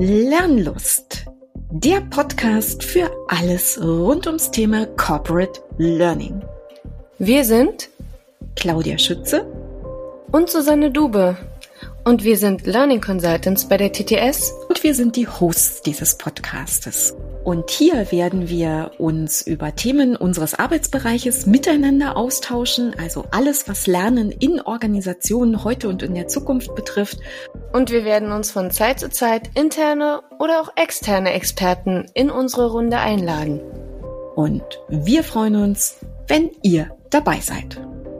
Lernlust, der Podcast für alles rund ums Thema Corporate Learning. Wir sind Claudia Schütze und Susanne Dube und wir sind Learning Consultants bei der TTS und wir sind die Hosts dieses Podcastes. Und hier werden wir uns über Themen unseres Arbeitsbereiches miteinander austauschen, also alles, was Lernen in Organisationen heute und in der Zukunft betrifft. Und wir werden uns von Zeit zu Zeit interne oder auch externe Experten in unsere Runde einladen. Und wir freuen uns, wenn ihr dabei seid.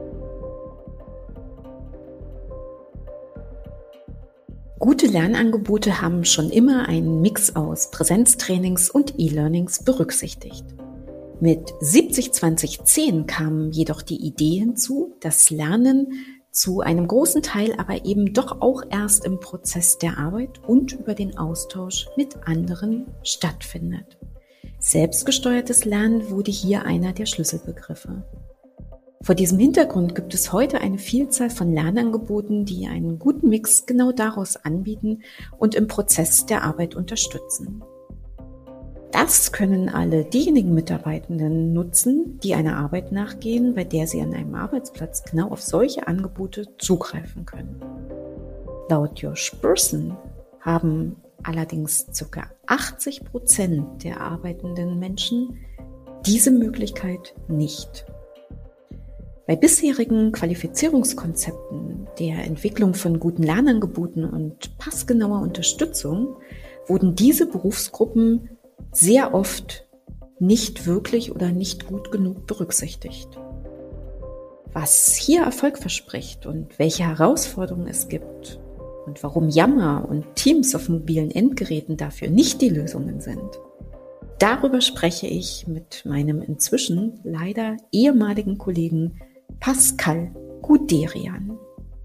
Gute Lernangebote haben schon immer einen Mix aus Präsenztrainings und E-Learnings berücksichtigt. Mit 70-20-10 kam jedoch die Idee hinzu, dass Lernen zu einem großen Teil aber eben doch auch erst im Prozess der Arbeit und über den Austausch mit anderen stattfindet. Selbstgesteuertes Lernen wurde hier einer der Schlüsselbegriffe. Vor diesem Hintergrund gibt es heute eine Vielzahl von Lernangeboten, die einen guten Mix genau daraus anbieten und im Prozess der Arbeit unterstützen. Das können alle diejenigen Mitarbeitenden nutzen, die einer Arbeit nachgehen, bei der sie an einem Arbeitsplatz genau auf solche Angebote zugreifen können. Laut Josh Bersin haben allerdings ca. 80% der arbeitenden Menschen diese Möglichkeit nicht. Bei bisherigen Qualifizierungskonzepten der Entwicklung von guten Lernangeboten und passgenauer Unterstützung wurden diese Berufsgruppen sehr oft nicht wirklich oder nicht gut genug berücksichtigt. Was hier Erfolg verspricht und welche Herausforderungen es gibt und warum Yammer und Teams auf mobilen Endgeräten dafür nicht die Lösungen sind, darüber spreche ich mit meinem inzwischen leider ehemaligen Kollegen Pascal Guderian.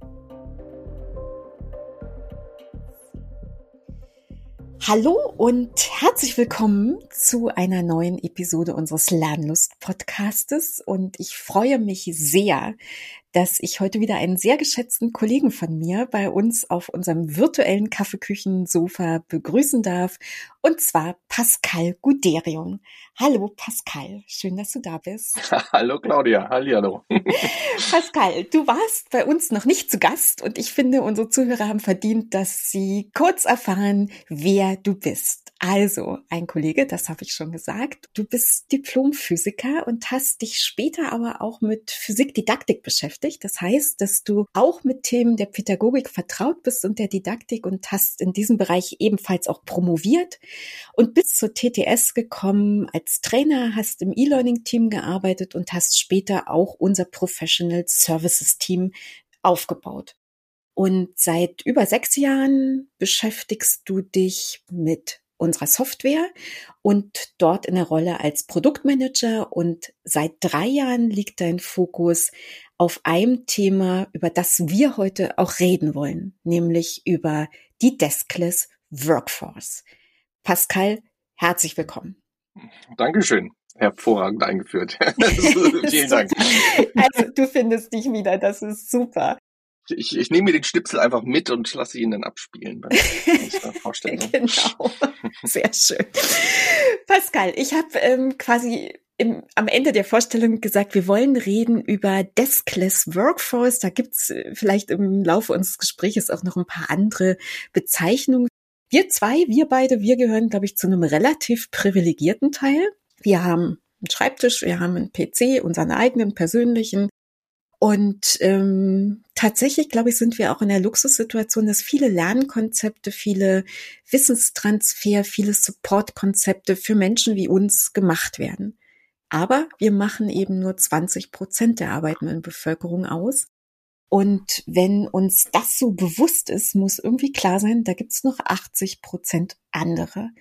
Hallo und herzlich willkommen zu einer neuen Episode unseres Lernlust-Podcastes und ich freue mich sehr, dass ich heute wieder einen sehr geschätzten Kollegen von mir bei uns auf unserem virtuellen Kaffeeküchensofa begrüßen darf, und zwar Pascal Guderian. Hallo Pascal, schön, dass du da bist. Hallo Claudia, hallihallo. Pascal, du warst bei uns noch nicht zu Gast und ich finde, unsere Zuhörer haben verdient, dass sie kurz erfahren, wer du bist. Also, ein Kollege, das habe ich schon gesagt, du bist Diplomphysiker und hast dich später aber auch mit Physikdidaktik beschäftigt. Das heißt, dass du auch mit Themen der Pädagogik vertraut bist und der Didaktik und hast in diesem Bereich ebenfalls auch promoviert und bist zur TTS gekommen als Trainer, hast im E-Learning-Team gearbeitet und hast später auch unser Professional Services Team aufgebaut. Und seit über 6 Jahren beschäftigst du dich mit unserer Software und dort in der Rolle als Produktmanager, und seit 3 Jahren liegt dein Fokus auf einem Thema, über das wir heute auch reden wollen, nämlich über die Deskless Workforce. Pascal, herzlich willkommen. Dankeschön. Hervorragend eingeführt. Vielen Dank. Also du findest dich wieder, das ist super. Ich nehme mir den Schnipsel einfach mit und lasse ihn dann abspielen bei der Vorstellung. Genau, sehr schön. Pascal, ich habe quasi am Ende der Vorstellung gesagt, wir wollen reden über Deskless Workforce. Da gibt's vielleicht im Laufe unseres Gesprächs auch noch ein paar andere Bezeichnungen. Wir beide, wir gehören, glaube ich, zu einem relativ privilegierten Teil. Wir haben einen Schreibtisch, wir haben einen PC, unseren eigenen persönlichen. Und tatsächlich, glaube ich, sind wir auch in der Luxussituation, dass viele Lernkonzepte, viele Wissenstransfer, viele Supportkonzepte für Menschen wie uns gemacht werden. Aber wir machen eben nur 20% der arbeitenden Bevölkerung aus. Und wenn uns das so bewusst ist, muss irgendwie klar sein, da gibt's noch 80% andere.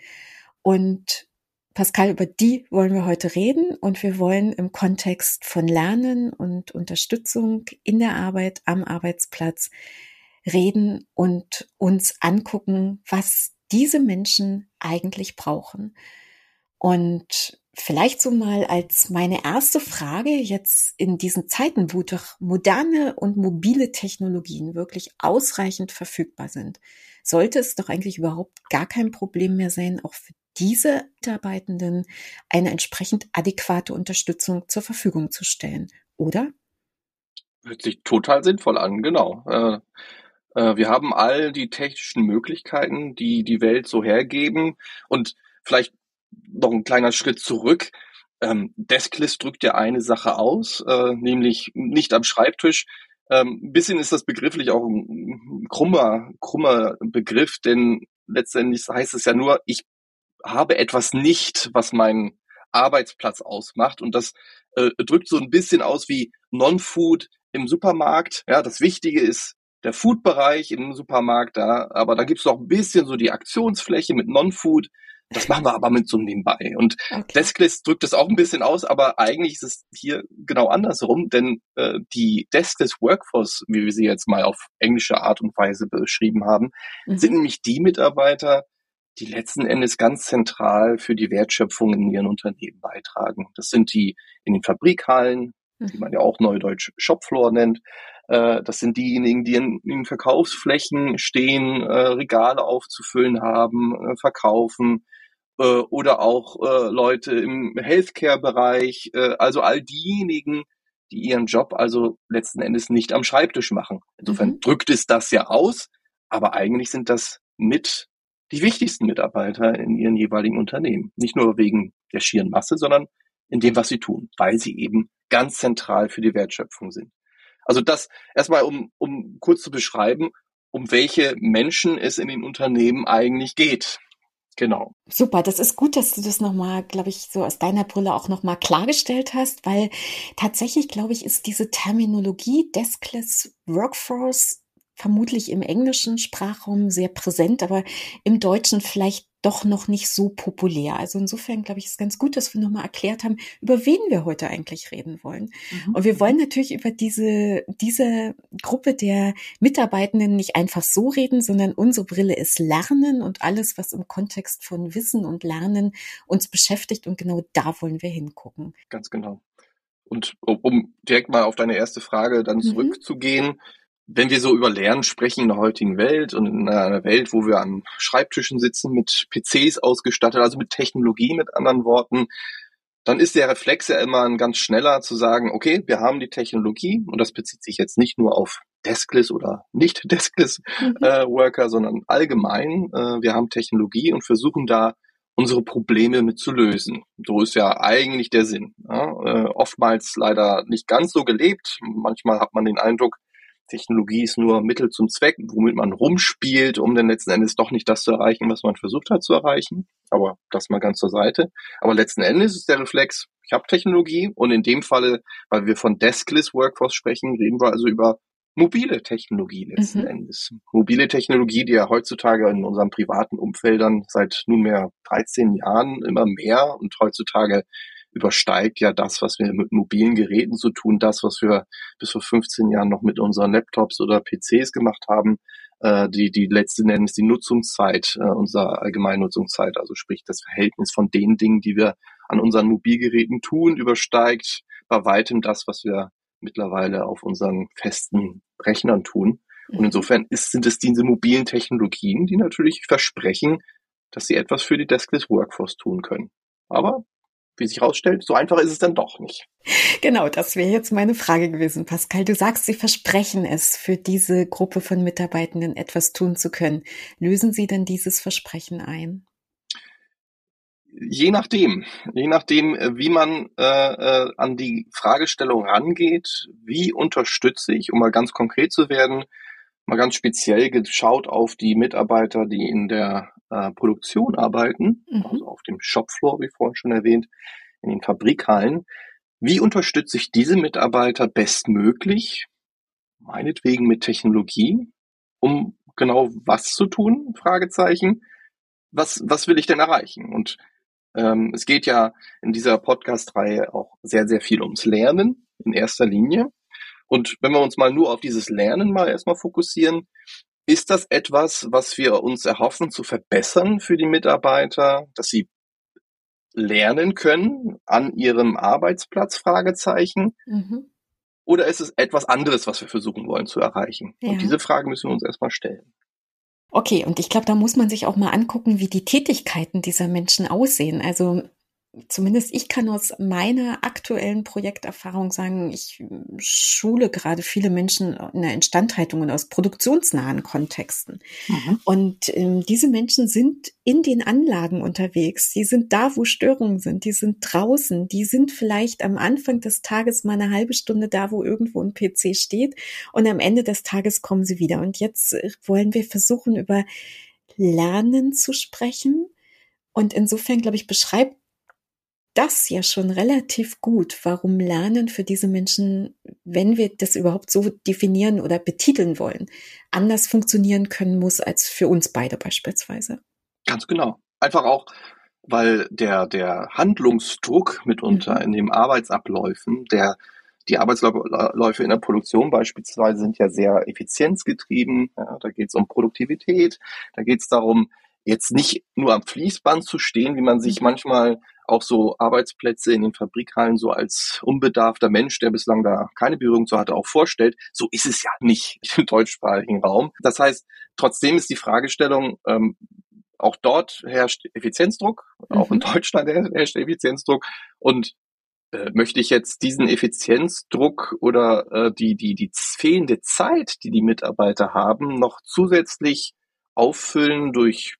Und Pascal, über die wollen wir heute reden, und wir wollen im Kontext von Lernen und Unterstützung in der Arbeit am Arbeitsplatz reden und uns angucken, was diese Menschen eigentlich brauchen. Und vielleicht so mal als meine erste Frage jetzt in diesen Zeiten, wo doch moderne und mobile Technologien wirklich ausreichend verfügbar sind, sollte es doch eigentlich überhaupt gar kein Problem mehr sein, auch für diese Mitarbeitenden eine entsprechend adäquate Unterstützung zur Verfügung zu stellen, oder? Hört sich total sinnvoll an, genau. Wir haben all die technischen Möglichkeiten, die die Welt so hergeben. Und vielleicht noch ein kleiner Schritt zurück. Deskless drückt ja eine Sache aus, nämlich nicht am Schreibtisch. Ein bisschen ist das begrifflich auch ein krummer Begriff, denn letztendlich heißt es ja nur, ich habe etwas nicht, was meinen Arbeitsplatz ausmacht. Und das drückt so ein bisschen aus wie Non-Food im Supermarkt. Ja, das Wichtige ist der Food-Bereich im Supermarkt da, aber da gibt's noch ein bisschen so die Aktionsfläche mit Non-Food. Das machen wir aber mit so nebenbei. Und Okay. Deskless drückt das auch ein bisschen aus, aber eigentlich ist es hier genau andersrum, denn die Deskless Workforce, wie wir sie jetzt mal auf englische Art und Weise beschrieben haben, sind nämlich die Mitarbeiter, die letzten Endes ganz zentral für die Wertschöpfung in ihren Unternehmen beitragen. Das sind die in den Fabrikhallen, die man ja auch neudeutsch Shopfloor nennt. Das sind diejenigen, die in Verkaufsflächen stehen, Regale aufzufüllen haben, verkaufen, oder auch Leute im Healthcare-Bereich, also all diejenigen, die ihren Job also letzten Endes nicht am Schreibtisch machen. Insofern drückt es das ja aus, aber eigentlich sind das mit die wichtigsten Mitarbeiter in ihren jeweiligen Unternehmen. Nicht nur wegen der schieren Masse, sondern in dem, was sie tun, weil sie eben ganz zentral für die Wertschöpfung sind. Also das erstmal, um kurz zu beschreiben, um welche Menschen es in den Unternehmen eigentlich geht. Genau. Super, das ist gut, dass du das nochmal, glaube ich, so aus deiner Brille auch nochmal klargestellt hast, weil tatsächlich, glaube ich, ist diese Terminologie Deskless Workforce vermutlich im englischen Sprachraum sehr präsent, aber im Deutschen vielleicht doch noch nicht so populär. Also insofern, glaube ich, ist ganz gut, dass wir nochmal erklärt haben, über wen wir heute eigentlich reden wollen. Und wir wollen natürlich über diese Gruppe der Mitarbeitenden nicht einfach so reden, sondern unsere Brille ist Lernen und alles, was im Kontext von Wissen und Lernen uns beschäftigt. Und genau da wollen wir hingucken. Ganz genau. Und um direkt mal auf deine erste Frage dann zurückzugehen, wenn wir so über Lernen sprechen in der heutigen Welt und in einer Welt, wo wir an Schreibtischen sitzen, mit PCs ausgestattet, also mit Technologie, mit anderen Worten, dann ist der Reflex ja immer ein ganz schneller zu sagen, okay, wir haben die Technologie und das bezieht sich jetzt nicht nur auf Deskless oder nicht Deskless Worker, sondern allgemein, wir haben Technologie und versuchen da unsere Probleme mit zu lösen. So ist ja eigentlich der Sinn. Ja? Oftmals leider nicht ganz so gelebt. Manchmal hat man den Eindruck, Technologie ist nur Mittel zum Zweck, womit man rumspielt, um dann letzten Endes doch nicht das zu erreichen, was man versucht hat zu erreichen. Aber das mal ganz zur Seite. Aber letzten Endes ist der Reflex, ich habe Technologie und in dem Falle, weil wir von Deskless Workforce sprechen, reden wir also über mobile Technologie letzten Endes. Mobile Technologie, die ja heutzutage in unseren privaten Umfeldern seit nunmehr 13 Jahren immer mehr und heutzutage übersteigt ja das, was wir mit mobilen Geräten zu tun, das, was wir bis vor 15 Jahren noch mit unseren Laptops oder PCs gemacht haben. Die letzten Endes die Nutzungszeit, unsere Allgemeinnutzungszeit, also sprich das Verhältnis von den Dingen, die wir an unseren Mobilgeräten tun, übersteigt bei weitem das, was wir mittlerweile auf unseren festen Rechnern tun. Und insofern sind es diese mobilen Technologien, die natürlich versprechen, dass sie etwas für die Deskless Workforce tun können. Aber wie sich herausstellt, so einfach ist es dann doch nicht. Genau, das wäre jetzt meine Frage gewesen, Pascal. Du sagst, Sie versprechen es, für diese Gruppe von Mitarbeitenden etwas tun zu können. Lösen Sie denn dieses Versprechen ein? Je nachdem, wie man an die Fragestellung rangeht, wie unterstütze ich, um mal ganz konkret zu werden, mal ganz speziell geschaut auf die Mitarbeiter, die in der Produktion arbeiten, also auf dem Shopfloor, wie vorhin schon erwähnt, in den Fabrikhallen. Wie unterstütze ich diese Mitarbeiter bestmöglich, meinetwegen mit Technologie, um genau was zu tun? Fragezeichen. Was will ich denn erreichen? Und es geht ja in dieser Podcast-Reihe auch sehr, sehr viel ums Lernen in erster Linie. Und wenn wir uns mal nur auf dieses Lernen mal erstmal fokussieren, ist das etwas, was wir uns erhoffen zu verbessern für die Mitarbeiter, dass sie lernen können an ihrem Arbeitsplatz? Fragezeichen. Oder ist es etwas anderes, was wir versuchen wollen zu erreichen? Ja. Und diese Frage müssen wir uns erstmal stellen. Okay, und ich glaube, da muss man sich auch mal angucken, wie die Tätigkeiten dieser Menschen aussehen. Also zumindest ich kann aus meiner aktuellen Projekterfahrung sagen, ich schule gerade viele Menschen in der Instandhaltung und aus produktionsnahen Kontexten. Und diese Menschen sind in den Anlagen unterwegs. Die sind da, wo Störungen sind. Die sind draußen. Die sind vielleicht am Anfang des Tages mal eine halbe Stunde da, wo irgendwo ein PC steht. Und am Ende des Tages kommen sie wieder. Und jetzt wollen wir versuchen, über Lernen zu sprechen. Und insofern, glaube ich, beschreibt das ja schon relativ gut, warum Lernen für diese Menschen, wenn wir das überhaupt so definieren oder betiteln wollen, anders funktionieren können muss als für uns beide beispielsweise. Ganz genau. Einfach auch, weil der Handlungsdruck mitunter in den Arbeitsabläufen, die Arbeitsläufe in der Produktion beispielsweise sind ja sehr effizienzgetrieben. Ja, da geht es um Produktivität, da geht es darum, jetzt nicht nur am Fließband zu stehen, wie man sich manchmal auch so Arbeitsplätze in den Fabrikhallen so als unbedarfter Mensch, der bislang da keine Berührung zu hatte, auch vorstellt. So ist es ja nicht im deutschsprachigen Raum. Das heißt, trotzdem ist die Fragestellung, auch dort herrscht Effizienzdruck, auch in Deutschland herrscht Effizienzdruck. Und möchte ich jetzt diesen Effizienzdruck oder die fehlende Zeit, die die Mitarbeiter haben, noch zusätzlich auffüllen durch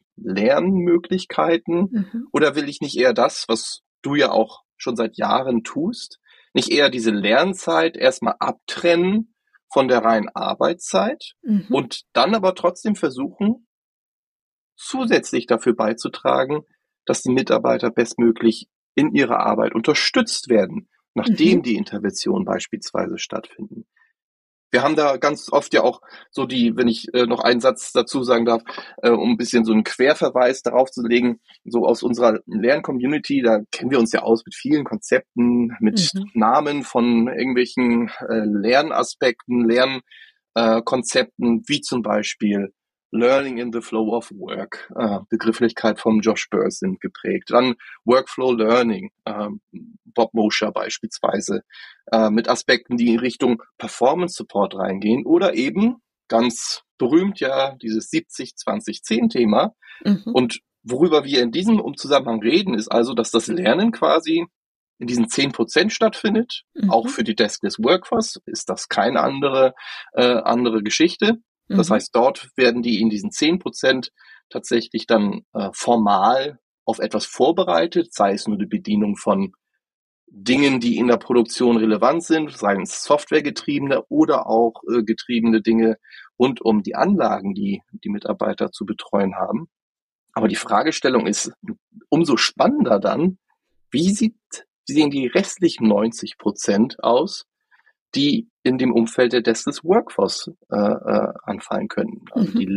Lernmöglichkeiten? Oder will ich nicht eher das, was du ja auch schon seit Jahren tust, nicht eher diese Lernzeit erstmal abtrennen von der reinen Arbeitszeit und dann aber trotzdem versuchen, zusätzlich dafür beizutragen, dass die Mitarbeiter bestmöglich in ihrer Arbeit unterstützt werden, nachdem die Interventionen beispielsweise stattfinden. Wir haben da ganz oft ja auch so wenn ich noch einen Satz dazu sagen darf, um ein bisschen so einen Querverweis darauf zu legen, so aus unserer Lern-Community, da kennen wir uns ja aus mit vielen Konzepten, mit Namen von irgendwelchen Lernaspekten, Lernkonzepten, wie zum Beispiel Learning in the Flow of Work, Begrifflichkeit von Josh Bersin geprägt. Dann Workflow Learning, Bob Mosher beispielsweise, mit Aspekten, die in Richtung Performance Support reingehen oder eben ganz berühmt ja dieses 70-20-10-Thema. Und worüber wir in diesem Zusammenhang reden, ist also, dass das Lernen quasi in diesen 10% stattfindet. Auch für die Deskless Workforce ist das keine andere Geschichte. Das heißt, dort werden die in diesen 10% tatsächlich dann formal auf etwas vorbereitet, sei es nur die Bedienung von Dingen, die in der Produktion relevant sind, seien es softwaregetriebene oder auch getriebene Dinge rund um die Anlagen, die die Mitarbeiter zu betreuen haben. Aber die Fragestellung ist umso spannender dann, wie sehen die restlichen 90% aus, die in dem Umfeld der Deskless Workforce anfallen können. Also die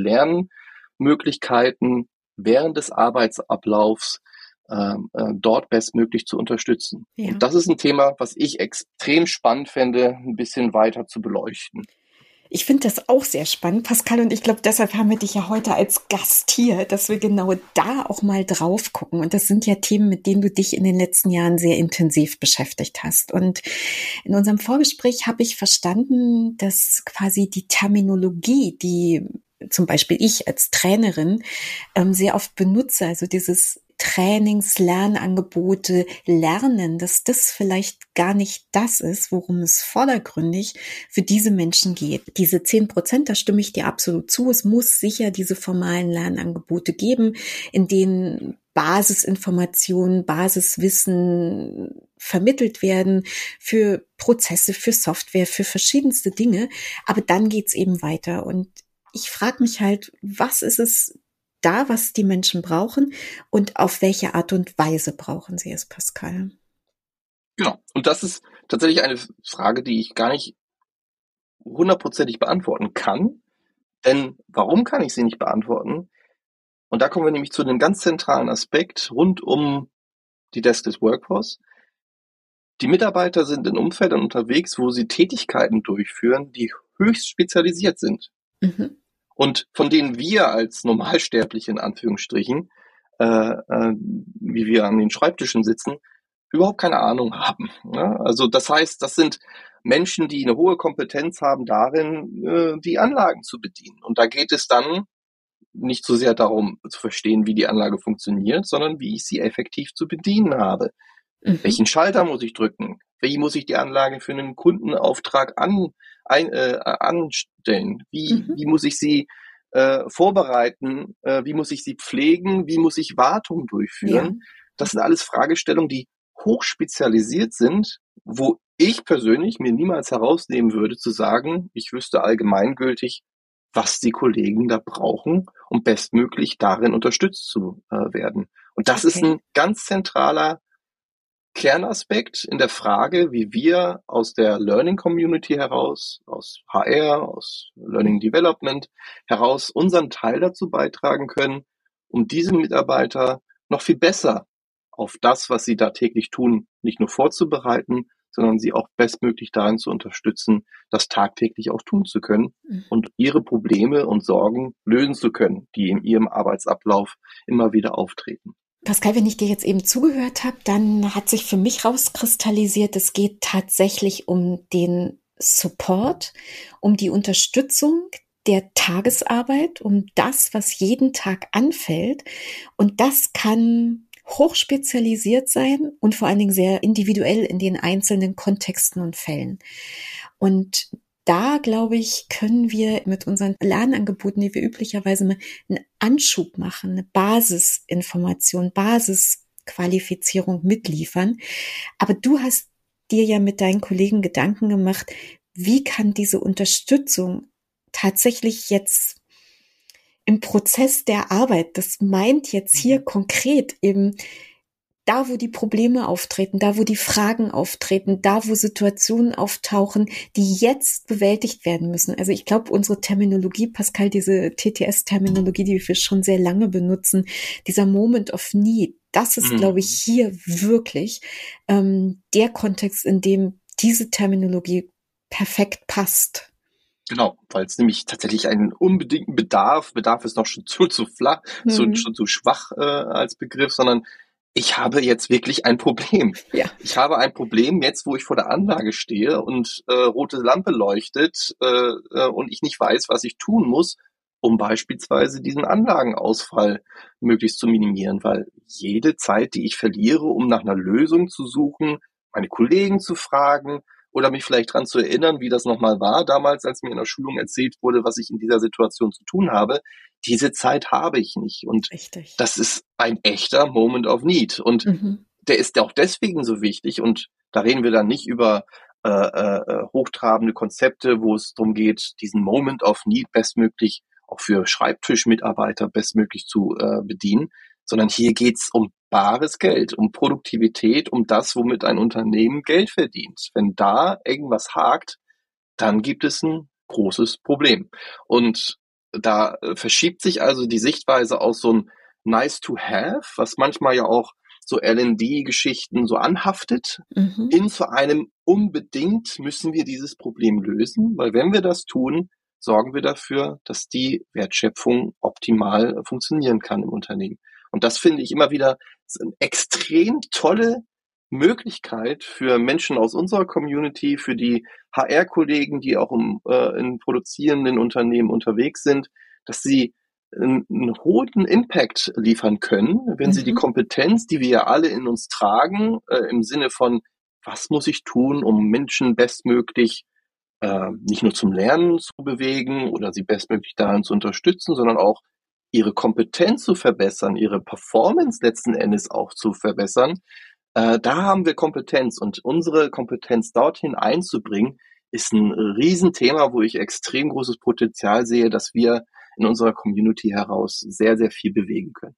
Lernmöglichkeiten während des Arbeitsablaufs dort bestmöglich zu unterstützen. Ja. Und das ist ein Thema, was ich extrem spannend fände, ein bisschen weiter zu beleuchten. Ich finde das auch sehr spannend, Pascal, und ich glaube, deshalb haben wir dich ja heute als Gast hier, dass wir genau da auch mal drauf gucken. Und das sind ja Themen, mit denen du dich in den letzten Jahren sehr intensiv beschäftigt hast. Und in unserem Vorgespräch habe ich verstanden, dass quasi die Terminologie, die zum Beispiel ich als Trainerin sehr oft benutze, also dieses Trainings, Lernangebote, Lernen, dass das vielleicht gar nicht das ist, worum es vordergründig für diese Menschen geht. Diese 10%, da stimme ich dir absolut zu. Es muss sicher diese formalen Lernangebote geben, in denen Basisinformationen, Basiswissen vermittelt werden für Prozesse, für Software, für verschiedenste Dinge. Aber dann geht's eben weiter. Und ich frage mich halt, was ist es da, was die Menschen brauchen und auf welche Art und Weise brauchen sie es, Pascal? Genau. Und das ist tatsächlich eine Frage, die ich gar nicht 100%ig beantworten kann. Denn warum kann ich sie nicht beantworten? Und da kommen wir nämlich zu einem ganz zentralen Aspekt rund um die Deskless Workforce. Die Mitarbeiter sind in Umfeldern unterwegs, wo sie Tätigkeiten durchführen, die höchst spezialisiert sind. Und von denen wir als Normalsterbliche in Anführungsstrichen wie wir an den Schreibtischen sitzen, überhaupt keine Ahnung haben. Ja? Also das heißt, das sind Menschen, die eine hohe Kompetenz haben darin, die Anlagen zu bedienen. Und da geht es dann nicht so sehr darum zu verstehen, wie die Anlage funktioniert, sondern wie ich sie effektiv zu bedienen habe. Welchen Schalter muss ich drücken? Wie muss ich die Anlage für einen Kundenauftrag anstellen? Wie muss ich sie vorbereiten? Wie muss ich sie pflegen? Wie muss ich Wartung durchführen? Ja. Das sind alles Fragestellungen, die hochspezialisiert sind, wo ich persönlich mir niemals herausnehmen würde, zu sagen, ich wüsste allgemeingültig, was die Kollegen da brauchen, um bestmöglich darin unterstützt zu werden. Und das ist ein ganz zentraler Kernaspekt in der Frage, wie wir aus der Learning Community heraus, aus HR, aus Learning Development heraus unseren Teil dazu beitragen können, um diese Mitarbeiter noch viel besser auf das, was sie da täglich tun, nicht nur vorzubereiten, sondern sie auch bestmöglich darin zu unterstützen, das tagtäglich auch tun zu können und ihre Probleme und Sorgen lösen zu können, die in ihrem Arbeitsablauf immer wieder auftreten. Pascal, wenn ich dir jetzt eben zugehört habe, dann hat sich für mich rauskristallisiert, es geht tatsächlich um den Support, um die Unterstützung der Tagesarbeit, um das, was jeden Tag anfällt. Und das kann hochspezialisiert sein und vor allen Dingen sehr individuell in den einzelnen Kontexten und Fällen. Und da, glaube ich, können wir mit unseren Lernangeboten, die wir üblicherweise mal einen Anschub machen, eine Basisinformation, Basisqualifizierung mitliefern. Aber du hast dir ja mit deinen Kollegen Gedanken gemacht, wie kann diese Unterstützung tatsächlich jetzt im Prozess der Arbeit, das meint jetzt hier konkret eben da, wo die Probleme auftreten, da, wo die Fragen auftreten, da, wo Situationen auftauchen, die jetzt bewältigt werden müssen. Also ich glaube, unsere Terminologie, Pascal, diese TTS-Terminologie, die wir schon sehr lange benutzen, dieser Moment of Need, das ist, glaube ich, hier wirklich der Kontext, in dem diese Terminologie perfekt passt. Genau, weil es nämlich tatsächlich einen unbedingten Bedarf ist noch schon zu flach, schon zu schwach als Begriff, sondern ich habe jetzt wirklich ein Problem. Ja. Ich habe ein Problem jetzt, wo ich vor der Anlage stehe und rote Lampe leuchtet und ich nicht weiß, was ich tun muss, um beispielsweise diesen Anlagenausfall möglichst zu minimieren, weil jede Zeit, die ich verliere, um nach einer Lösung zu suchen, meine Kollegen zu fragen, oder mich vielleicht dran zu erinnern, wie das nochmal war damals, als mir in der Schulung erzählt wurde, was ich in dieser Situation zu tun habe. Diese Zeit habe ich nicht. Und Richtig. Das ist ein echter Moment of Need. Und der ist auch deswegen so wichtig. Und da reden wir dann nicht über hochtrabende Konzepte, wo es darum geht, diesen Moment of Need bestmöglich auch für Schreibtischmitarbeiter bestmöglich zu bedienen, sondern hier geht's um bares Geld, um Produktivität, um das, womit ein Unternehmen Geld verdient. Wenn da irgendwas hakt, dann gibt es ein großes Problem. Und da verschiebt sich also die Sichtweise aus so ein nice to have, was manchmal ja auch so L&D-Geschichten so anhaftet, hin zu einem unbedingt müssen wir dieses Problem lösen, weil wenn wir das tun, sorgen wir dafür, dass die Wertschöpfung optimal funktionieren kann im Unternehmen. Und das finde ich immer wieder eine extrem tolle Möglichkeit für Menschen aus unserer Community, für die HR-Kollegen, die auch in produzierenden Unternehmen unterwegs sind, dass sie einen hohen Impact liefern können, wenn sie die Kompetenz, die wir ja alle in uns tragen, im Sinne von, was muss ich tun, um Menschen bestmöglich nicht nur zum Lernen zu bewegen oder sie bestmöglich darin zu unterstützen, sondern auch ihre Kompetenz zu verbessern, ihre Performance letzten Endes auch zu verbessern. Da haben wir Kompetenz und unsere Kompetenz dorthin einzubringen, ist ein Riesenthema, wo ich extrem großes Potenzial sehe, dass wir in unserer Community heraus sehr, sehr viel bewegen können.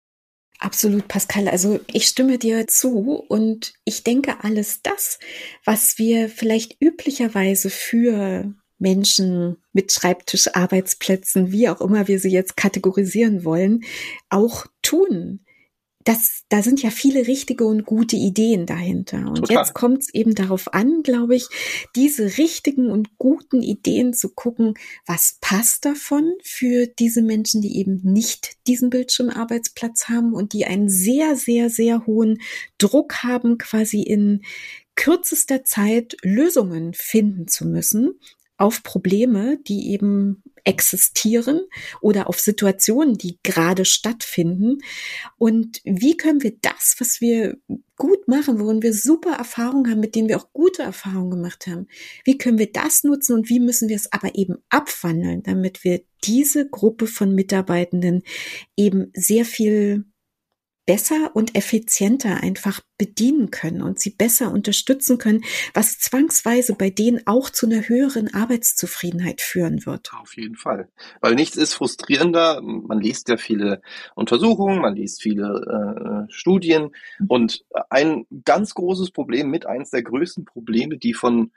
Absolut, Pascal. Also ich stimme dir zu und ich denke, alles das, was wir vielleicht üblicherweise für Menschen mit Schreibtischarbeitsplätzen, wie auch immer wir sie jetzt kategorisieren wollen, auch tun. da sind ja viele richtige und gute Ideen dahinter. Und Total. jetzt kommt es eben darauf an, glaube ich, diese richtigen und guten Ideen zu gucken, was passt davon für diese Menschen, die eben nicht diesen Bildschirmarbeitsplatz haben und die einen sehr, sehr, sehr hohen Druck haben, quasi in kürzester Zeit Lösungen finden zu müssen auf Probleme, die eben existieren oder auf Situationen, die gerade stattfinden. Und wie können wir das, was wir gut machen, worin wir super Erfahrungen haben, mit denen wir auch gute Erfahrungen gemacht haben, wie können wir das nutzen und wie müssen wir es aber eben abwandeln, damit wir diese Gruppe von Mitarbeitenden eben sehr viel besser und effizienter einfach bedienen können und sie besser unterstützen können, was zwangsweise bei denen auch zu einer höheren Arbeitszufriedenheit führen wird. Auf jeden Fall. Weil nichts ist frustrierender. Man liest ja viele Untersuchungen, man liest viele Studien und ein ganz großes Problem, eins der größten Probleme, die von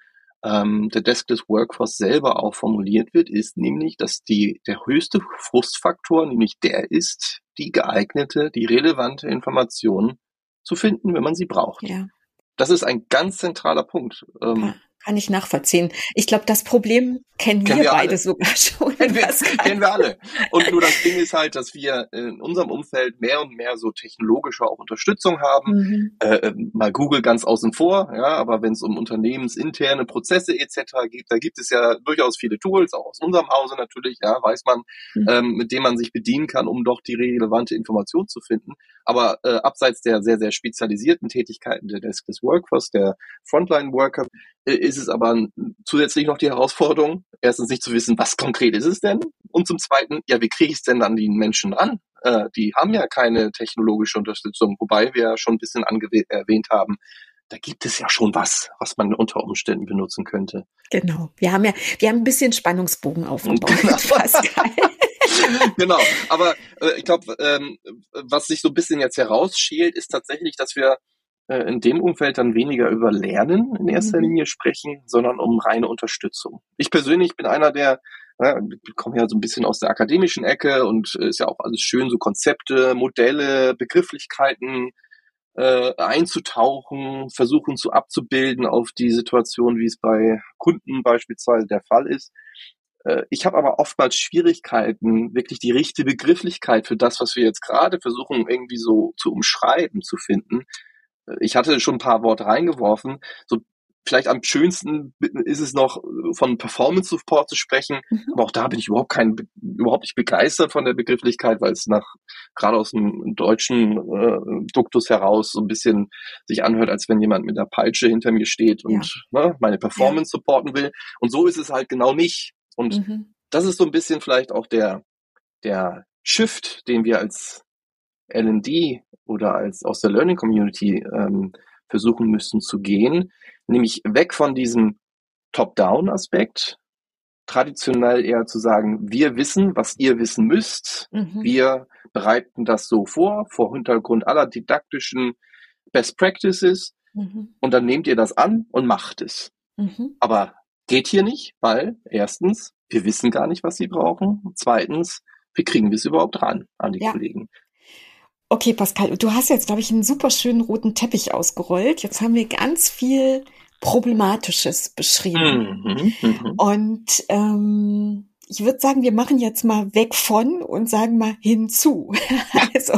der Deskless Workforce selber auch formuliert wird, ist nämlich, dass der höchste Frustfaktor nämlich der ist, die geeignete, die relevante Information zu finden, wenn man sie braucht. Ja. Das ist ein ganz zentraler Punkt. Kann ich nachvollziehen. Ich glaube, das Problem kennen wir beide alle. sogar schon. Kennen wir alle. Und nur das Ding ist halt, dass wir in unserem Umfeld mehr und mehr so technologische auch Unterstützung haben. Mal Google ganz außen vor, ja, aber wenn es um unternehmensinterne Prozesse etc. geht, da gibt es ja durchaus viele Tools, auch aus unserem Hause natürlich, ja, weiß man, mit denen man sich bedienen kann, um doch die relevante Information zu finden. Aber abseits der sehr, sehr spezialisierten Tätigkeiten der Deskless Workforce, der Frontline Worker, ist es aber zusätzlich noch die Herausforderung, erstens nicht zu wissen, was konkret ist es denn? Und zum Zweiten, ja, wie kriege ich es denn an die Menschen ran? Die haben ja keine technologische Unterstützung, wobei wir ja schon ein bisschen erwähnt haben, da gibt es ja schon was man unter Umständen benutzen könnte. Genau. Wir haben ein bisschen Spannungsbogen aufgebaut. Pascal. Genau, aber ich glaube, was sich so ein bisschen jetzt herausschält, ist tatsächlich, dass wir in dem Umfeld dann weniger über Lernen in erster Linie sprechen, sondern um reine Unterstützung. Ich persönlich bin einer der, ich komme ja so ein bisschen aus der akademischen Ecke und ist ja auch alles schön, so Konzepte, Modelle, Begrifflichkeiten einzutauchen, versuchen zu abzubilden auf die Situation, wie es bei Kunden beispielsweise der Fall ist. Ich habe aber oftmals Schwierigkeiten, wirklich die richtige Begrifflichkeit für das, was wir jetzt gerade versuchen, irgendwie so zu umschreiben, zu finden. Ich hatte schon ein paar Worte reingeworfen. So vielleicht am schönsten ist es noch, von Performance Support zu sprechen. Aber auch da bin ich überhaupt nicht begeistert von der Begrifflichkeit, weil es gerade aus dem deutschen Duktus heraus so ein bisschen sich anhört, als wenn jemand mit der Peitsche hinter mir steht und meine Performance supporten will. Und so ist es halt genau nicht. Und das ist so ein bisschen vielleicht auch der Shift, den wir als L&D oder aus der Learning Community versuchen müssen zu gehen, nämlich weg von diesem Top-Down-Aspekt, traditionell eher zu sagen, wir wissen, was ihr wissen müsst, wir bereiten das so vor Hintergrund aller didaktischen Best Practices und dann nehmt ihr das an und macht es. Aber geht hier nicht, weil erstens, wir wissen gar nicht, was sie brauchen, zweitens, wie kriegen wir es überhaupt ran an die Kollegen? Okay, Pascal, du hast jetzt, glaube ich, einen super schönen roten Teppich ausgerollt. Jetzt haben wir ganz viel Problematisches beschrieben. Und ich würde sagen, wir machen jetzt mal weg von und sagen mal hinzu. Also,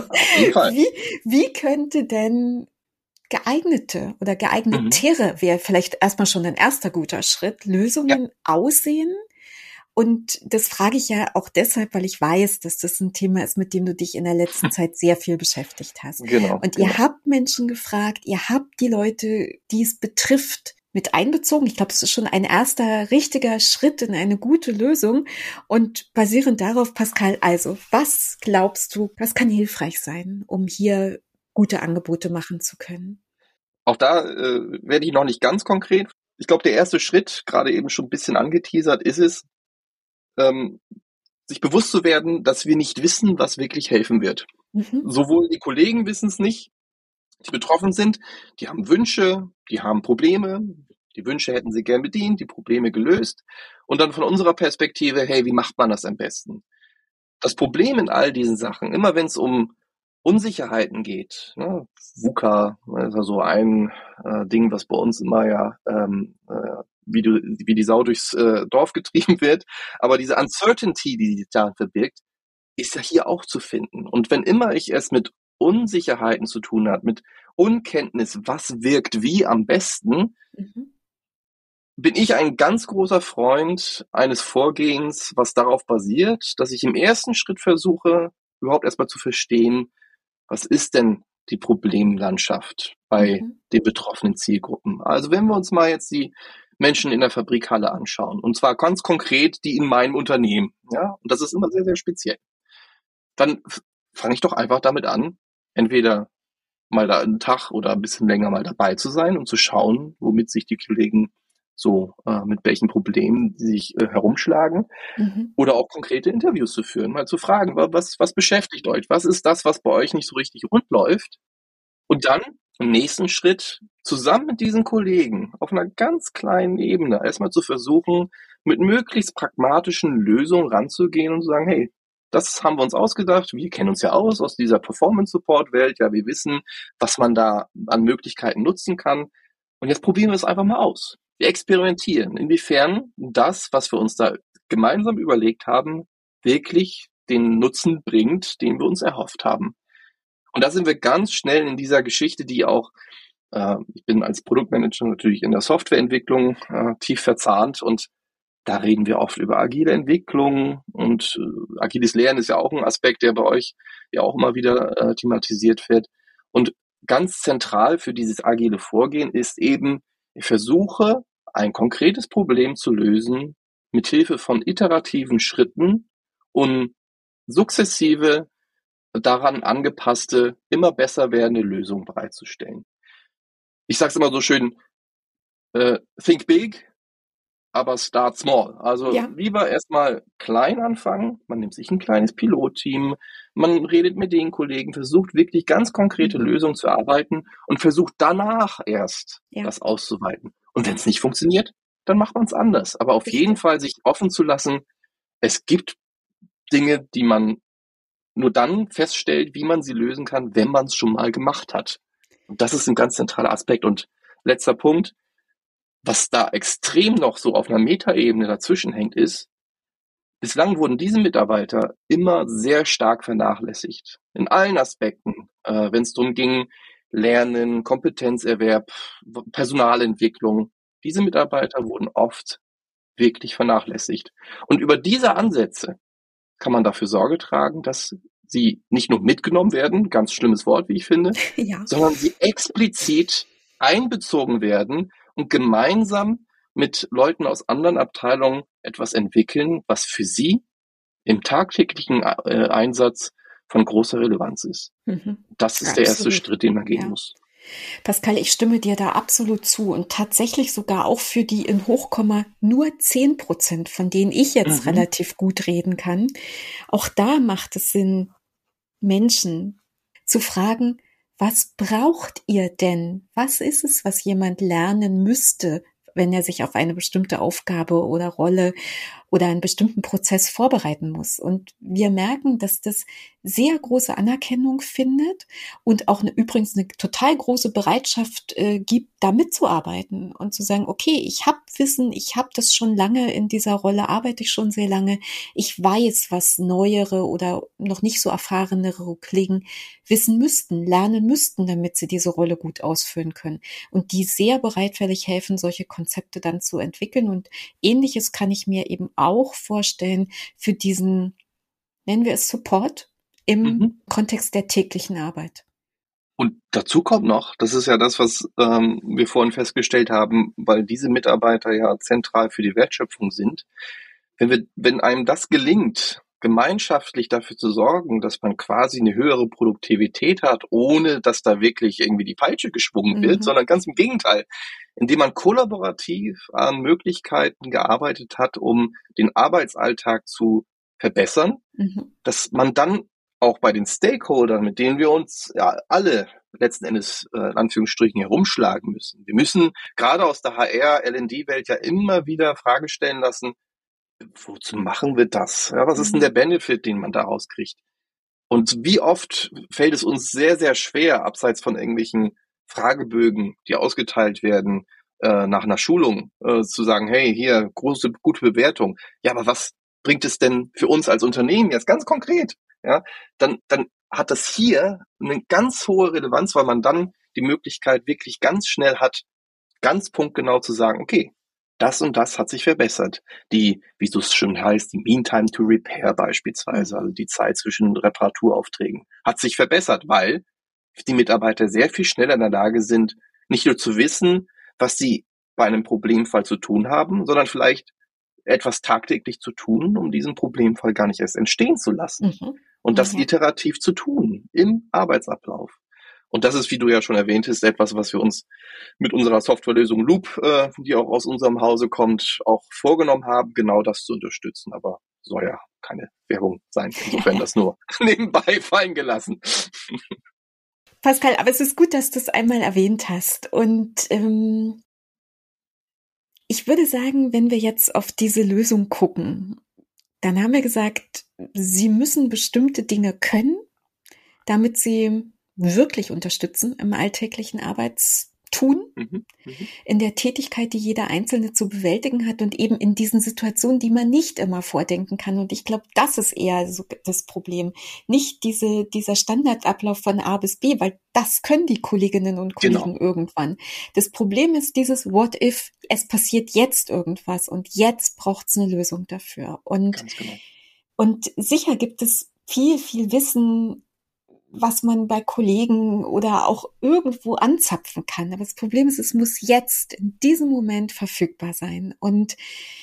wie könnte denn geeignete oder geeignetere, wäre vielleicht erstmal schon ein erster guter Schritt, Lösungen aussehen? Und das frage ich ja auch deshalb, weil ich weiß, dass das ein Thema ist, mit dem du dich in der letzten Zeit sehr viel beschäftigt hast. Genau. Und ihr habt Menschen gefragt, ihr habt die Leute, die es betrifft, mit einbezogen. Ich glaube, es ist schon ein erster richtiger Schritt in eine gute Lösung. Und basierend darauf, Pascal, also, was glaubst du, was kann hilfreich sein, um hier gute Angebote machen zu können? Auch da werde ich noch nicht ganz konkret. Ich glaube, der erste Schritt, gerade eben schon ein bisschen angeteasert, ist es, sich bewusst zu werden, dass wir nicht wissen, was wirklich helfen wird. Sowohl die Kollegen wissen es nicht, die betroffen sind, die haben Wünsche, die haben Probleme, die Wünsche hätten sie gern bedient, die Probleme gelöst. Und dann von unserer Perspektive, hey, wie macht man das am besten? Das Problem in all diesen Sachen, immer wenn es um Unsicherheiten geht, ne? VUCA ist ja so ein Ding, was bei uns immer wie die Sau durchs Dorf getrieben wird. Aber diese Uncertainty, die sich da verbirgt, ist ja hier auch zu finden. Und wenn immer ich es mit Unsicherheiten zu tun habe, mit Unkenntnis, was wirkt wie am besten, bin ich ein ganz großer Freund eines Vorgehens, was darauf basiert, dass ich im ersten Schritt versuche, überhaupt erstmal zu verstehen, was ist denn die Problemlandschaft bei den betroffenen Zielgruppen? Also wenn wir uns mal jetzt die Menschen in der Fabrikhalle anschauen, und zwar ganz konkret die in meinem Unternehmen, ja, und das ist immer sehr, sehr speziell, dann fange ich doch einfach damit an, entweder mal da einen Tag oder ein bisschen länger mal dabei zu sein und zu schauen, womit sich die Kollegen so, mit welchen Problemen die sich herumschlagen, oder auch konkrete Interviews zu führen, mal zu fragen, was beschäftigt euch? Was ist das, was bei euch nicht so richtig rund läuft? Und dann im nächsten Schritt zusammen mit diesen Kollegen auf einer ganz kleinen Ebene erstmal zu versuchen, mit möglichst pragmatischen Lösungen ranzugehen und zu sagen, hey, das haben wir uns ausgedacht, wir kennen uns ja aus dieser Performance-Support-Welt, ja, wir wissen, was man da an Möglichkeiten nutzen kann. Und jetzt probieren wir es einfach mal aus. Wir experimentieren, inwiefern das, was wir uns da gemeinsam überlegt haben, wirklich den Nutzen bringt, den wir uns erhofft haben. Und da sind wir ganz schnell in dieser Geschichte, die auch, ich bin als Produktmanager natürlich in der Softwareentwicklung tief verzahnt, und da reden wir oft über agile Entwicklung, und agiles Lernen ist ja auch ein Aspekt, der bei euch ja auch immer wieder thematisiert wird. Und ganz zentral für dieses agile Vorgehen ist eben, ich versuche, ein konkretes Problem zu lösen, mit Hilfe von iterativen Schritten und sukzessive daran angepasste, immer besser werdende Lösungen bereitzustellen. Ich sage es immer so schön, think big, aber start small. Also lieber erstmal klein anfangen, man nimmt sich ein kleines Pilotteam, man redet mit den Kollegen, versucht wirklich ganz konkrete Lösungen zu erarbeiten und versucht danach erst das auszuweiten. Und wenn es nicht funktioniert, dann macht man es anders. Aber auf jeden Fall sich offen zu lassen, es gibt Dinge, die man nur dann feststellt, wie man sie lösen kann, wenn man es schon mal gemacht hat. Und das ist ein ganz zentraler Aspekt. Und letzter Punkt, was da extrem noch so auf einer Metaebene dazwischen hängt, ist, bislang wurden diese Mitarbeiter immer sehr stark vernachlässigt. In allen Aspekten, wenn es darum ging, Lernen, Kompetenzerwerb, Personalentwicklung. Diese Mitarbeiter wurden oft wirklich vernachlässigt. Und über diese Ansätze kann man dafür Sorge tragen, dass sie nicht nur mitgenommen werden, ganz schlimmes Wort, wie ich finde, sondern sie explizit einbezogen werden und gemeinsam mit Leuten aus anderen Abteilungen etwas entwickeln, was für sie im tagtäglichen Einsatz von großer Relevanz ist. Das ist der erste Schritt, den man gehen muss. Pascal, ich stimme dir da absolut zu, und tatsächlich sogar auch für die in Hochkomma nur 10%, von denen ich jetzt relativ gut reden kann. Auch da macht es Sinn, Menschen zu fragen, was braucht ihr denn? Was ist es, was jemand lernen müsste, wenn er sich auf eine bestimmte Aufgabe oder Rolle oder einen bestimmten Prozess vorbereiten muss? Und wir merken, dass das sehr große Anerkennung findet und auch übrigens eine total große Bereitschaft gibt, da mitzuarbeiten und zu sagen, okay, ich habe Wissen, ich habe das schon lange in dieser Rolle, arbeite ich schon sehr lange, ich weiß, was neuere oder noch nicht so erfahrenere Kollegen wissen müssten, lernen müssten, damit sie diese Rolle gut ausfüllen können, und die sehr bereitwillig helfen, solche Konzepte dann zu entwickeln. Und Ähnliches kann ich mir eben auch vorstellen für diesen, nennen wir es Support, im Kontext der täglichen Arbeit. Und dazu kommt noch, das ist ja das, was wir vorhin festgestellt haben, weil diese Mitarbeiter ja zentral für die Wertschöpfung sind. Wenn einem das gelingt, gemeinschaftlich dafür zu sorgen, dass man quasi eine höhere Produktivität hat, ohne dass da wirklich irgendwie die Peitsche geschwungen wird, sondern ganz im Gegenteil, indem man kollaborativ an Möglichkeiten gearbeitet hat, um den Arbeitsalltag zu verbessern, dass man dann auch bei den Stakeholdern, mit denen wir uns ja alle letzten Endes in Anführungsstrichen herumschlagen müssen. Wir müssen gerade aus der HR, L&D-Welt ja immer wieder Fragen stellen lassen, wozu machen wir das? Ja, was ist denn der Benefit, den man daraus kriegt? Und wie oft fällt es uns sehr, sehr schwer, abseits von irgendwelchen Fragebögen, die ausgeteilt werden, nach einer Schulung, zu sagen, hey, hier, große, gute Bewertung. Ja, aber was bringt es denn für uns als Unternehmen jetzt ganz konkret? Ja, dann hat das hier eine ganz hohe Relevanz, weil man dann die Möglichkeit wirklich ganz schnell hat, ganz punktgenau zu sagen, okay, das und das hat sich verbessert. Die, wie es schon heißt, die Mean Time to Repair beispielsweise, also die Zeit zwischen Reparaturaufträgen, hat sich verbessert, weil die Mitarbeiter sehr viel schneller in der Lage sind, nicht nur zu wissen, was sie bei einem Problemfall zu tun haben, sondern vielleicht etwas tagtäglich zu tun, um diesen Problemfall gar nicht erst entstehen zu lassen. Und das iterativ zu tun im Arbeitsablauf. Und das ist, wie du ja schon erwähntest, etwas, was wir uns mit unserer Softwarelösung Loop, die auch aus unserem Hause kommt, auch vorgenommen haben, genau das zu unterstützen. Aber soll ja keine Werbung sein. Insofern das nur nebenbei fallen gelassen. Pascal, aber es ist gut, dass du es einmal erwähnt hast. Und ich würde sagen, wenn wir jetzt auf diese Lösung gucken, dann haben wir gesagt, sie müssen bestimmte Dinge können, damit sie wirklich unterstützen im alltäglichen Arbeitstun, in der Tätigkeit, die jeder Einzelne zu bewältigen hat und eben in diesen Situationen, die man nicht immer vordenken kann. Und ich glaube, das ist eher so das Problem. Nicht dieser Standardablauf von A bis B, weil das können die Kolleginnen und Kollegen irgendwann. Das Problem ist dieses What if, es passiert jetzt irgendwas und jetzt braucht es eine Lösung dafür. Und sicher gibt es viel, viel Wissen, was man bei Kollegen oder auch irgendwo anzapfen kann. Aber das Problem ist, es muss jetzt in diesem Moment verfügbar sein. Und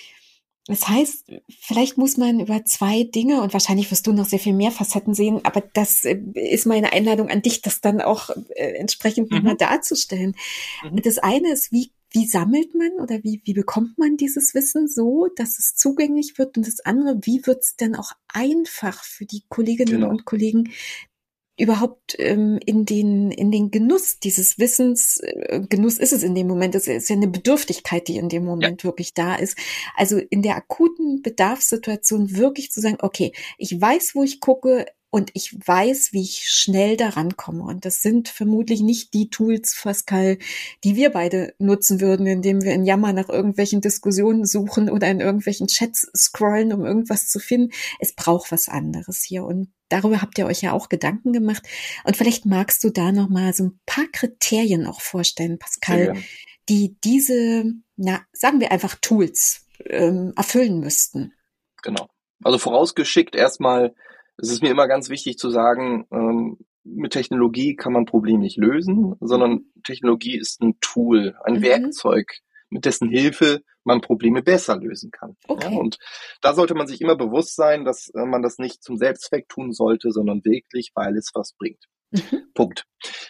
das heißt, vielleicht muss man über 2 Dinge, und wahrscheinlich wirst du noch sehr viel mehr Facetten sehen, aber das ist meine Einladung an dich, das dann auch entsprechend nochmal darzustellen. Das eine ist, wie sammelt man oder wie bekommt man dieses Wissen so, dass es zugänglich wird? Und das andere, wie wird es denn auch einfach für die Kolleginnen und Kollegen, überhaupt in den Genuss dieses Wissens, Genuss ist es in dem Moment, es ist ja eine Bedürftigkeit, die in dem Moment wirklich da ist. Also in der akuten Bedarfssituation wirklich zu sagen, okay, ich weiß, wo ich gucke und ich weiß, wie ich schnell daran komme. Und das sind vermutlich nicht die Tools, Pascal, die wir beide nutzen würden, indem wir in Yammer nach irgendwelchen Diskussionen suchen oder in irgendwelchen Chats scrollen, um irgendwas zu finden. Es braucht was anderes hier. Und darüber habt ihr euch ja auch Gedanken gemacht. Und vielleicht magst du da noch mal so ein paar Kriterien auch vorstellen, Pascal, die diese, sagen wir einfach Tools erfüllen müssten. Genau. Also vorausgeschickt erstmal, es ist mir immer ganz wichtig zu sagen, mit Technologie kann man Probleme nicht lösen, sondern Technologie ist ein Tool, ein Werkzeug, mit dessen Hilfe man Probleme besser lösen kann. Ja, und da sollte man sich immer bewusst sein, dass man das nicht zum Selbstzweck tun sollte, sondern wirklich, weil es was bringt. Punkt.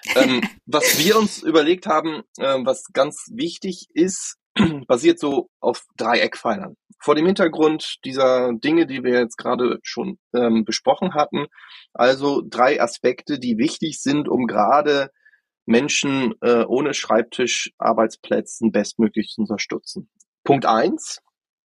Was wir uns überlegt haben, was ganz wichtig ist, basiert so auf 3 Eckpfeilern. Vor dem Hintergrund dieser Dinge, die wir jetzt gerade schon besprochen hatten, also 3 Aspekte, die wichtig sind, um gerade Menschen ohne Schreibtisch Arbeitsplätzen bestmöglich zu unterstützen. Punkt 1.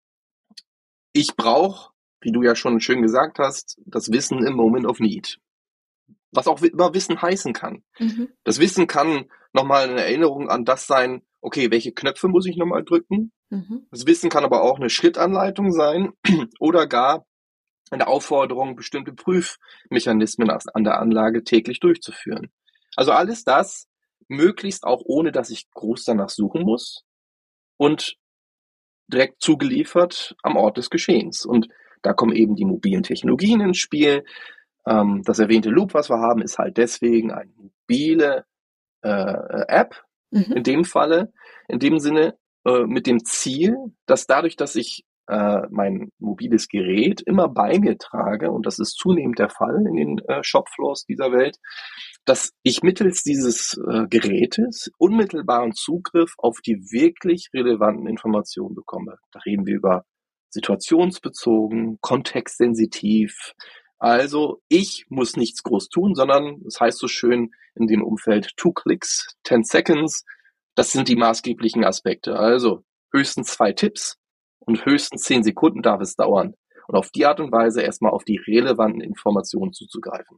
Ich brauche, wie du ja schon schön gesagt hast, das Wissen im Moment of Need. Was auch immer Wissen heißen kann. Das Wissen kann nochmal eine Erinnerung an das sein, okay, welche Knöpfe muss ich nochmal drücken? Das Wissen kann aber auch eine Schrittanleitung sein oder gar eine Aufforderung, bestimmte Prüfmechanismen an der Anlage täglich durchzuführen. Also alles das, möglichst auch ohne, dass ich groß danach suchen muss und direkt zugeliefert am Ort des Geschehens. Und da kommen eben die mobilen Technologien ins Spiel. Das erwähnte Loop, was wir haben, ist halt deswegen eine mobile App, in dem Falle, in dem Sinne, mit dem Ziel, dass dadurch, dass ich mein mobiles Gerät immer bei mir trage, und das ist zunehmend der Fall in den Shopfloors dieser Welt, dass ich mittels dieses Gerätes unmittelbaren Zugriff auf die wirklich relevanten Informationen bekomme. Da reden wir über situationsbezogen, kontextsensitiv. Also ich muss nichts groß tun, sondern es heißt so schön in dem Umfeld 2 Clicks, 10 Seconds. Das sind die maßgeblichen Aspekte. Also höchstens 2 Tipps und höchstens 10 Sekunden darf es dauern. Und auf die Art und Weise erstmal auf die relevanten Informationen zuzugreifen.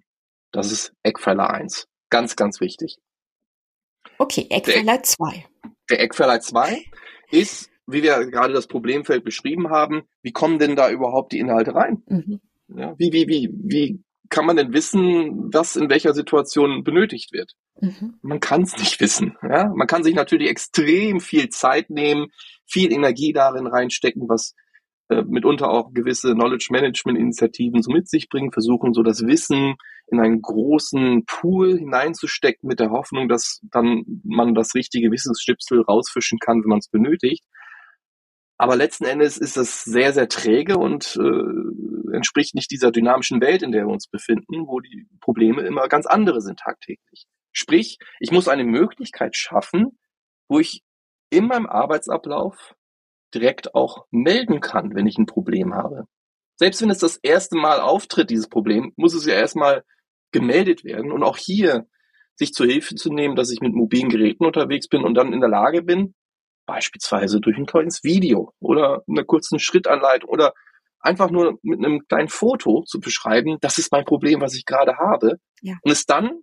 Das ist Eckpfeiler 1. Ganz, ganz wichtig. Okay, Eckpfeiler 2. Der Eckpfeiler 2 ist, wie wir gerade das Problemfeld beschrieben haben, wie kommen denn da überhaupt die Inhalte rein? Mhm. Ja, wie kann man denn wissen, was in welcher Situation benötigt wird? Mhm. Man kann es nicht wissen. Ja? Man kann sich natürlich extrem viel Zeit nehmen, viel Energie darin reinstecken, was mitunter auch gewisse Knowledge-Management-Initiativen so mit sich bringen, versuchen so das Wissen in einen großen Pool hineinzustecken mit der Hoffnung, dass dann man das richtige Wissensschnipsel rausfischen kann, wenn man es benötigt. Aber letzten Endes ist das sehr, sehr träge und entspricht nicht dieser dynamischen Welt, in der wir uns befinden, wo die Probleme immer ganz andere sind tagtäglich. Sprich, ich muss eine Möglichkeit schaffen, wo ich in meinem Arbeitsablauf direkt auch melden kann, wenn ich ein Problem habe. Selbst wenn es das erste Mal auftritt, dieses Problem, muss es ja erstmal gemeldet werden. Und auch hier sich zur Hilfe zu nehmen, dass ich mit mobilen Geräten unterwegs bin und dann in der Lage bin, beispielsweise durch ein kleines Video oder einer kurzen Schrittanleitung oder einfach nur mit einem kleinen Foto zu beschreiben, das ist mein Problem, was ich gerade habe. Ja. Und es dann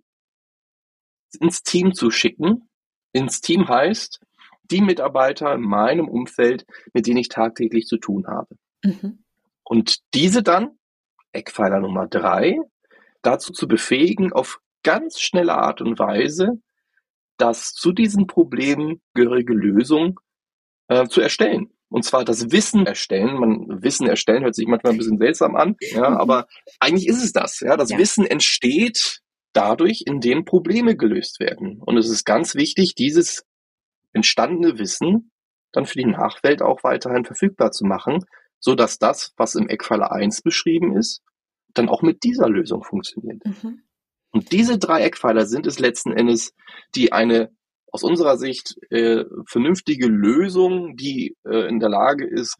ins Team zu schicken. Ins Team heißt, die Mitarbeiter in meinem Umfeld, mit denen ich tagtäglich zu tun habe. Mhm. Und diese dann, Eckpfeiler Nummer 3, dazu zu befähigen, auf ganz schnelle Art und Weise das zu diesen Problemen gehörige Lösung zu erstellen. Und zwar das Wissen erstellen. Wissen erstellen hört sich manchmal ein bisschen seltsam an, ja, aber eigentlich ist es das. Ja, das Wissen entsteht dadurch, indem Probleme gelöst werden. Und es ist ganz wichtig, dieses entstandene Wissen dann für die Nachwelt auch weiterhin verfügbar zu machen, so dass das, was im Eckpfeiler 1 beschrieben ist, dann auch mit dieser Lösung funktioniert. Mhm. Und diese 3 Eckpfeiler sind es letzten Endes, die eine aus unserer Sicht vernünftige Lösung, die in der Lage ist,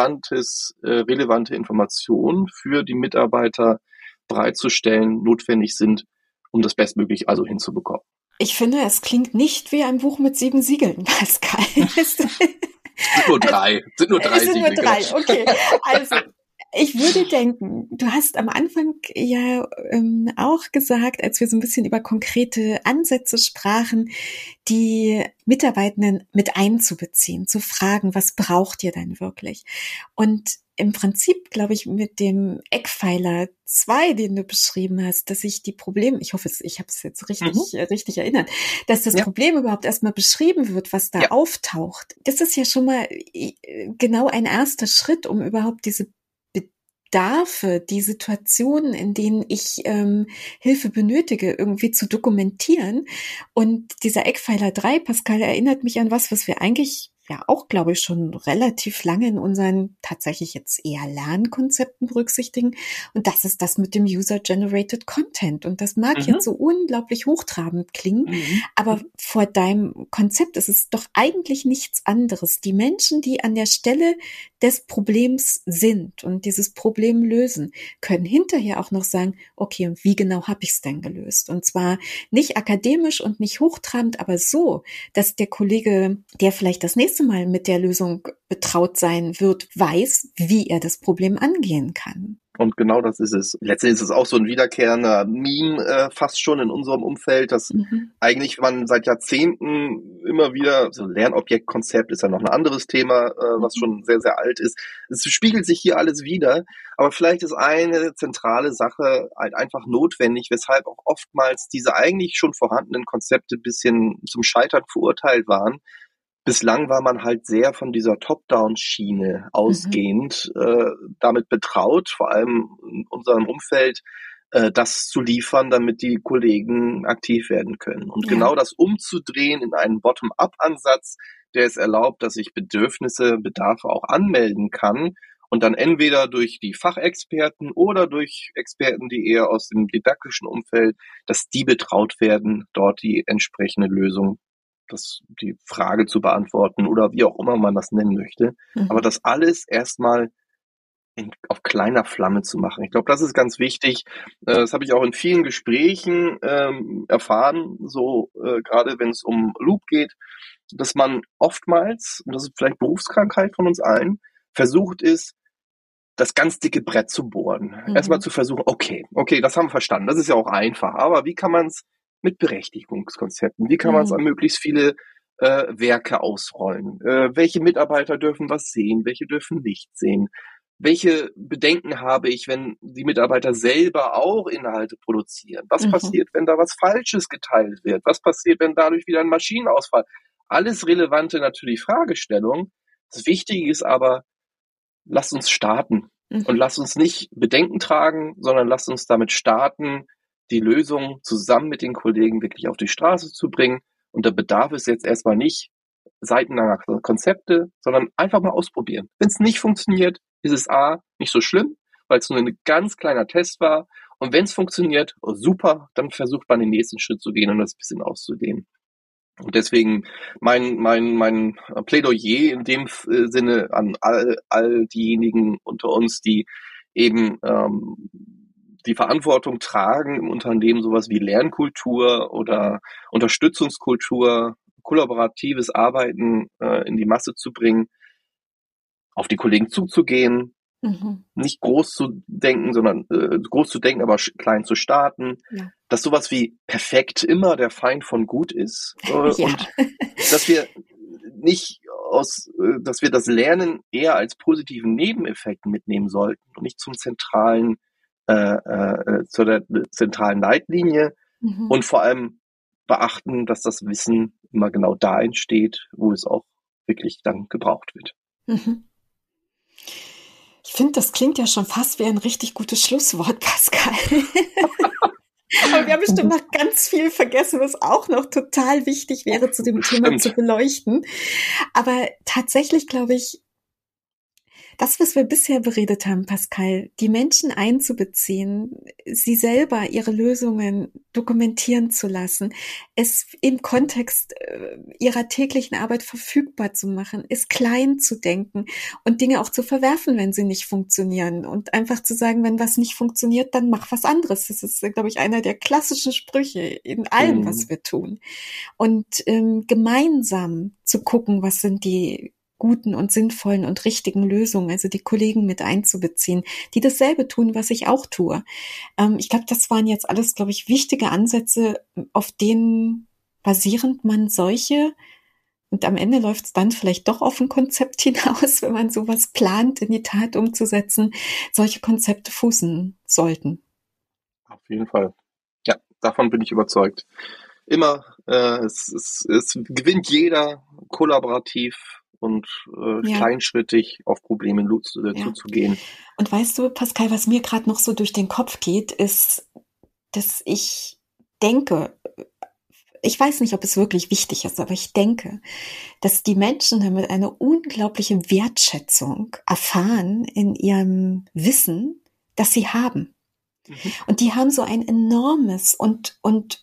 relevante Informationen für die Mitarbeiter bereitzustellen, notwendig sind, um das bestmöglich also hinzubekommen. Ich finde, es klingt nicht wie ein Buch mit 7 Siegeln, Pascal. Es sind nur 3. Es sind nur 3 Siegel. Nur 3, genau. okay. Also, ich würde denken, du hast am Anfang ja auch gesagt, als wir so ein bisschen über konkrete Ansätze sprachen, die Mitarbeitenden mit einzubeziehen, zu fragen, was braucht ihr denn wirklich? Und im Prinzip, glaube ich, mit dem Eckpfeiler 2, den du beschrieben hast, dass sich die Probleme, ich hoffe, ich habe es jetzt richtig erinnert, dass das Problem überhaupt erstmal beschrieben wird, was da auftaucht. Das ist ja schon mal genau ein erster Schritt, um überhaupt diese Bedarfe, die Situationen, in denen ich Hilfe benötige, irgendwie zu dokumentieren. Und dieser Eckpfeiler 3, Pascal, erinnert mich an was wir eigentlich ja auch, glaube ich, schon relativ lange in unseren tatsächlich jetzt eher Lernkonzepten berücksichtigen. Und das ist das mit dem User-Generated Content. Und das mag jetzt so unglaublich hochtrabend klingen, aber vor deinem Konzept ist es doch eigentlich nichts anderes. Die Menschen, die an der Stelle des Problems sind und dieses Problem lösen, können hinterher auch noch sagen, okay, und wie genau habe ich es denn gelöst? Und zwar nicht akademisch und nicht hochtrabend, aber so, dass der Kollege, der vielleicht das nächste Mal mit der Lösung betraut sein wird, weiß, wie er das Problem angehen kann. Und genau das ist es. Letztendlich ist es auch so ein wiederkehrender Meme fast schon in unserem Umfeld, dass eigentlich man seit Jahrzehnten immer wieder, so ein Lernobjektkonzept ist ja noch ein anderes Thema, was schon sehr, sehr alt ist. Es spiegelt sich hier alles wieder, aber vielleicht ist eine zentrale Sache halt einfach notwendig, weshalb auch oftmals diese eigentlich schon vorhandenen Konzepte ein bisschen zum Scheitern verurteilt waren. Bislang war man halt sehr von dieser Top-Down-Schiene ausgehend damit betraut, vor allem in unserem Umfeld, das zu liefern, damit die Kollegen aktiv werden können. Und genau das umzudrehen in einen Bottom-up-Ansatz, der es erlaubt, dass ich Bedarfe auch anmelden kann und dann entweder durch die Fachexperten oder durch Experten, die eher aus dem didaktischen Umfeld, dass die betraut werden, dort die entsprechende Lösung, die Frage zu beantworten oder wie auch immer man das nennen möchte. Aber das alles erstmal auf kleiner Flamme zu machen. Ich glaube, das ist ganz wichtig. Das habe ich auch in vielen Gesprächen erfahren, so gerade wenn es um Loop geht, dass man oftmals, und das ist vielleicht Berufskrankheit von uns allen, versucht ist, das ganz dicke Brett zu bohren. Erstmal zu versuchen, okay, das haben wir verstanden, das ist ja auch einfach, aber wie kann man es mit Berechtigungskonzepten, wie kann man es an möglichst viele Werke ausrollen? Welche Mitarbeiter dürfen was sehen, welche dürfen nicht sehen? Welche Bedenken habe ich, wenn die Mitarbeiter selber auch Inhalte produzieren? Was passiert, wenn da was Falsches geteilt wird? Was passiert, wenn dadurch wieder ein Maschinenausfall? Alles relevante natürlich Fragestellungen. Das Wichtige ist aber, lasst uns starten und lasst uns nicht Bedenken tragen, sondern lasst uns damit starten, die Lösung zusammen mit den Kollegen wirklich auf die Straße zu bringen. Und da bedarf es jetzt erstmal nicht seitenlanger Konzepte, sondern einfach mal ausprobieren. Wenn es nicht funktioniert, ist es nicht so schlimm, weil es nur ein ganz kleiner Test war. Und wenn es funktioniert, super, dann versucht man den nächsten Schritt zu gehen und das ein bisschen auszudehnen. Und deswegen mein Plädoyer in dem Sinne an all diejenigen unter uns, die eben die Verantwortung tragen im Unternehmen, sowas wie Lernkultur oder Unterstützungskultur, kollaboratives Arbeiten in die Masse zu bringen, auf die Kollegen zuzugehen, nicht groß zu denken, sondern groß zu denken, aber klein zu starten. Ja. Dass sowas wie perfekt immer der Feind von gut ist und dass wir dass wir das Lernen eher als positiven Nebeneffekt mitnehmen sollten und nicht zur zentralen Leitlinie und vor allem beachten, dass das Wissen immer genau da entsteht, wo es auch wirklich dann gebraucht wird. Ich finde, das klingt ja schon fast wie ein richtig gutes Schlusswort, Pascal. Aber wir haben bestimmt noch ganz viel vergessen, was auch noch total wichtig wäre, zu dem Thema zu beleuchten. Aber tatsächlich glaube ich, das, was wir bisher beredet haben, Pascal, die Menschen einzubeziehen, sie selber ihre Lösungen dokumentieren zu lassen, es im Kontext ihrer täglichen Arbeit verfügbar zu machen, es klein zu denken und Dinge auch zu verwerfen, wenn sie nicht funktionieren und einfach zu sagen, wenn was nicht funktioniert, dann mach was anderes. Das ist, glaube ich, einer der klassischen Sprüche in allem, was wir tun. Und gemeinsam zu gucken, was sind die guten und sinnvollen und richtigen Lösungen, also die Kollegen mit einzubeziehen, die dasselbe tun, was ich auch tue. Ich glaube, das waren jetzt alles, glaube ich, wichtige Ansätze, auf denen basierend man solche, und am Ende läuft es dann vielleicht doch auf ein Konzept hinaus, wenn man sowas plant, in die Tat umzusetzen, solche Konzepte fußen sollten. Auf jeden Fall. Ja, davon bin ich überzeugt. Immer, es gewinnt jeder kollaborativ und kleinschrittig auf Probleme zuzugehen. Und weißt du, Pascal, was mir gerade noch so durch den Kopf geht, ist, dass ich denke, ich weiß nicht, ob es wirklich wichtig ist, aber ich denke, dass die Menschen damit eine unglaubliche Wertschätzung erfahren in ihrem Wissen, das sie haben. Und die haben so ein enormes und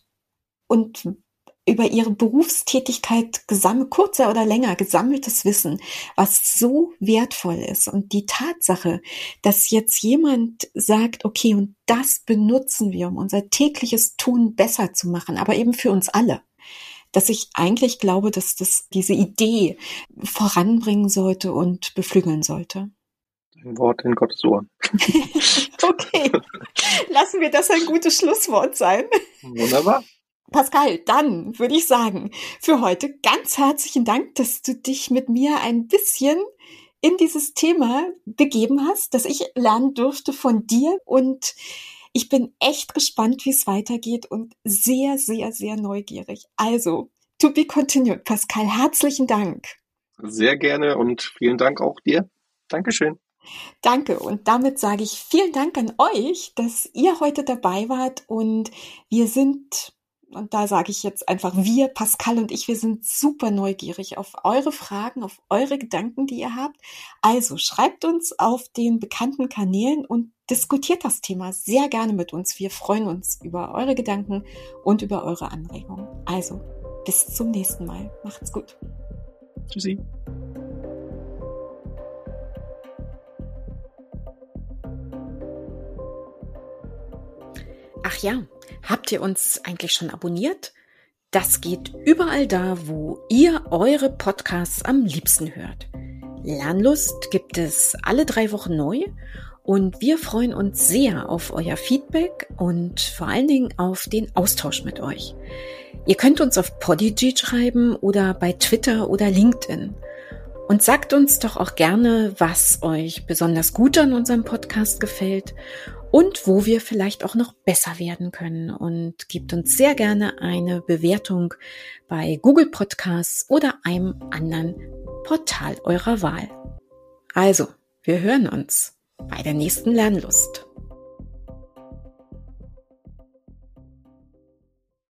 über ihre Berufstätigkeit kurzer oder länger gesammeltes Wissen, was so wertvoll ist. Und die Tatsache, dass jetzt jemand sagt, okay, und das benutzen wir, um unser tägliches Tun besser zu machen, aber eben für uns alle, dass ich eigentlich glaube, dass das diese Idee voranbringen sollte und beflügeln sollte. Ein Wort in Gottes Ohren. Okay, lassen wir das ein gutes Schlusswort sein. Wunderbar. Pascal, dann würde ich sagen, für heute ganz herzlichen Dank, dass du dich mit mir ein bisschen in dieses Thema begeben hast, dass ich lernen durfte von dir, und ich bin echt gespannt, wie es weitergeht und sehr, sehr, sehr neugierig. Also, to be continued, Pascal, herzlichen Dank. Sehr gerne und vielen Dank auch dir. Dankeschön. Danke, und damit sage ich vielen Dank an euch, dass ihr heute dabei wart, und wir sind... Und da sage ich jetzt einfach wir, Pascal und ich, wir sind super neugierig auf eure Fragen, auf eure Gedanken, die ihr habt. Also schreibt uns auf den bekannten Kanälen und diskutiert das Thema sehr gerne mit uns. Wir freuen uns über eure Gedanken und über eure Anregungen. Also bis zum nächsten Mal. Macht's gut. Tschüssi. Ach ja, habt ihr uns eigentlich schon abonniert? Das geht überall da, wo ihr eure Podcasts am liebsten hört. Lernlust gibt es alle 3 Wochen neu und wir freuen uns sehr auf euer Feedback und vor allen Dingen auf den Austausch mit euch. Ihr könnt uns auf Podigy schreiben oder bei Twitter oder LinkedIn. Und sagt uns doch auch gerne, was euch besonders gut an unserem Podcast gefällt und wo wir vielleicht auch noch besser werden können. Und gebt uns sehr gerne eine Bewertung bei Google Podcasts oder einem anderen Portal eurer Wahl. Also, wir hören uns bei der nächsten Lernlust.